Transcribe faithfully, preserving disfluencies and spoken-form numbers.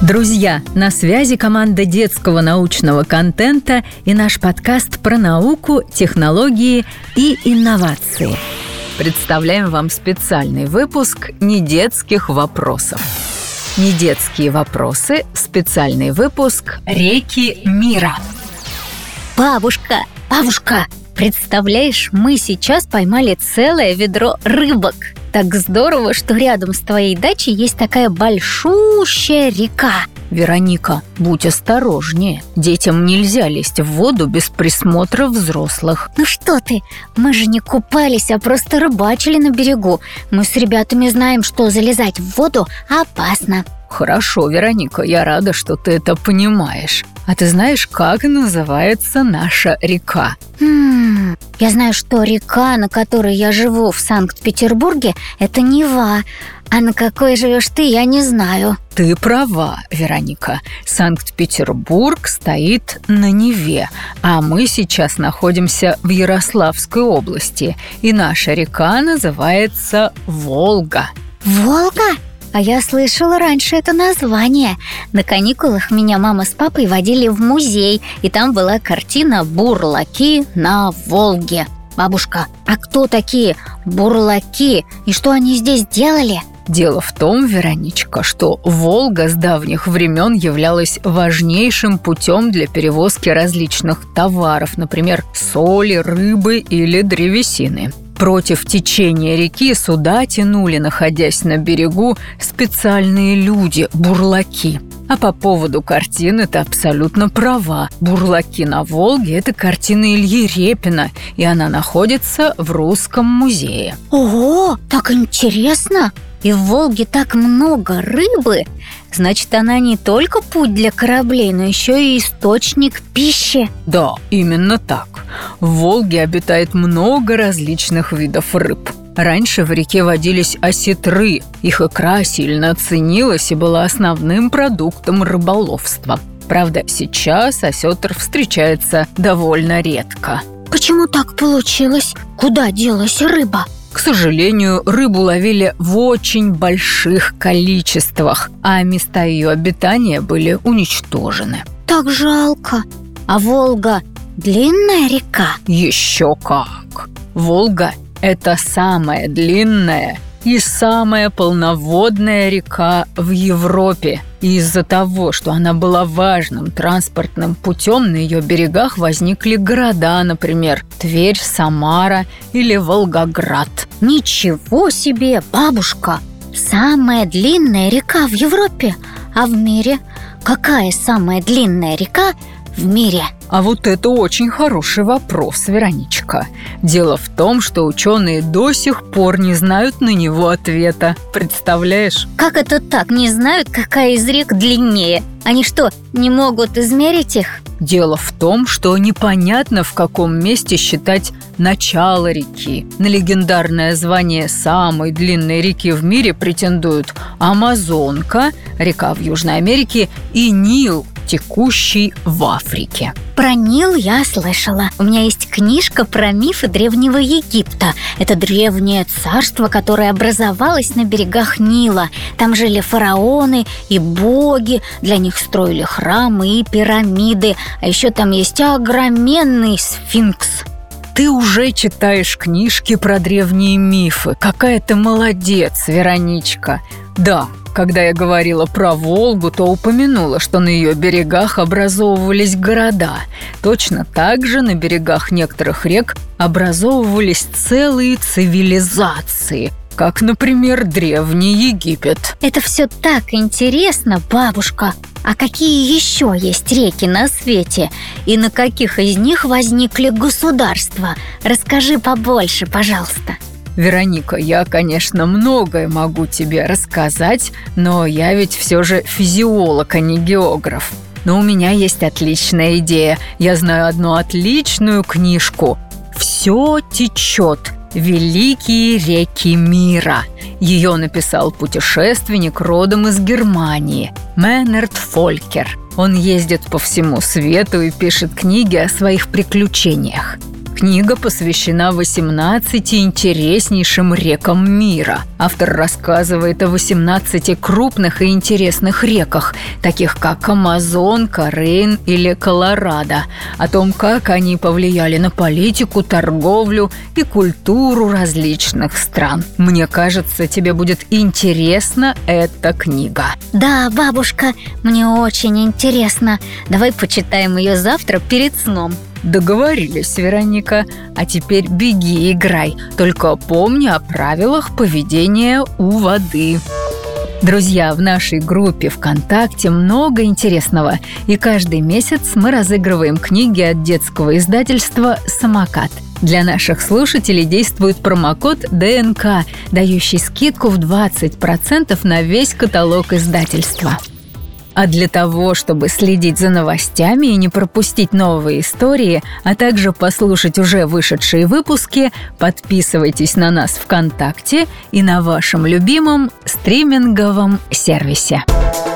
Друзья, на связи команда детского научного контента и наш подкаст про науку, технологии и инновации. Представляем вам специальный выпуск недетских вопросов. Недетские вопросы, специальный выпуск «Реки мира». Бабушка, бабушка, представляешь, мы сейчас поймали целое ведро рыбок. Так здорово, что рядом с твоей дачей есть такая большущая река. Вероника, будь осторожнее. Детям нельзя лезть в воду без присмотра взрослых. Ну что ты, мы же не купались, а просто рыбачили на берегу. Мы с ребятами знаем, что залезать в воду опасно. Хорошо, Вероника, я рада, что ты это понимаешь. А ты знаешь, как называется наша река? Хм, я знаю, что река, на которой я живу в Санкт-Петербурге, это Нева. А на какой живешь ты, я не знаю. Ты права, Вероника. Санкт-Петербург стоит на Неве, а мы сейчас находимся в Ярославской области. И наша река называется Волга. Волга? А я слышала раньше это название. На каникулах меня мама с папой водили в музей, и там была картина «Бурлаки на Волге». Бабушка, а кто такие бурлаки и что они здесь делали? Дело в том, Вероничка, что Волга с давних времен являлась важнейшим путем для перевозки различных товаров, например, соли, рыбы или древесины. Против течения реки суда тянули, находясь на берегу, специальные люди – бурлаки. А по поводу картины ты абсолютно права. «Бурлаки на Волге» – это картина Ильи Репина, и она находится в Русском музее. Ого, так интересно! И в Волге так много рыбы. Значит, она не только путь для кораблей, но еще и источник пищи. Да, именно так. В Волге обитает много различных видов рыб. Раньше в реке водились осетры. Их икра сильно ценилась и была основным продуктом рыболовства. Правда, сейчас осетр встречается довольно редко. Почему так получилось? Куда делась рыба? К сожалению, рыбу ловили в очень больших количествах, а места ее обитания были уничтожены. Так жалко. А Волга – длинная река? Еще как! Волга – это самая длинная и самая полноводная река в Европе. И из-за того, что она была важным транспортным путем, на ее берегах возникли города, например, Тверь, Самара или Волгоград. Ничего себе, бабушка! Самая длинная река в Европе, а в мире? Какая самая длинная река в мире? А вот это очень хороший вопрос, Вероничка. Дело в том, что ученые до сих пор не знают на него ответа. Представляешь? Как это так? Не знают, какая из рек длиннее? Они что, не могут измерить их? Дело в том, что непонятно, в каком месте считать начало реки. На легендарное звание самой длинной реки в мире претендуют Амазонка, река в Южной Америке, и Нил, текущий в Африке. Про Нил я слышала. У меня есть книжка про мифы Древнего Египта. Это древнее царство, которое образовалось на берегах Нила. Там жили фараоны и боги. Для них строили храмы и пирамиды. А еще там есть огроменный сфинкс. Ты уже читаешь книжки про древние мифы. Какая ты молодец, Вероничка. Да, когда я говорила про Волгу, то упомянула, что на ее берегах образовывались города. Точно так же на берегах некоторых рек образовывались целые цивилизации, как, например, Древний Египет. Это все так интересно, бабушка. А какие еще есть реки на свете? И на каких из них возникли государства? Расскажи побольше, пожалуйста. Вероника, я, конечно, многое могу тебе рассказать, но я ведь все же физиолог, а не географ. Но у меня есть отличная идея. Я знаю одну отличную книжку «Все течет. Великие реки мира». Ее написал путешественник родом из Германии Меннерт Фолькер. Он ездит по всему свету и пишет книги о своих приключениях. Книга посвящена восемнадцати интереснейшим рекам мира. Автор рассказывает о восемнадцати крупных и интересных реках, таких как Амазонка, Рейн или Колорадо, о том, как они повлияли на политику, торговлю и культуру различных стран. Мне кажется, тебе будет интересна эта книга. Да, бабушка, мне очень интересно. Давай почитаем ее завтра перед сном. Договорились, Вероника. А теперь беги, играй. Только помни о правилах поведения у воды. Друзья, в нашей группе ВКонтакте много интересного. И каждый месяц мы разыгрываем книги от детского издательства «Самокат». Для наших слушателей действует промокод ДНК, дающий скидку в двадцать процентов на весь каталог издательства. А для того, чтобы следить за новостями и не пропустить новые истории, а также послушать уже вышедшие выпуски, подписывайтесь на нас ВКонтакте и на вашем любимом стриминговом сервисе.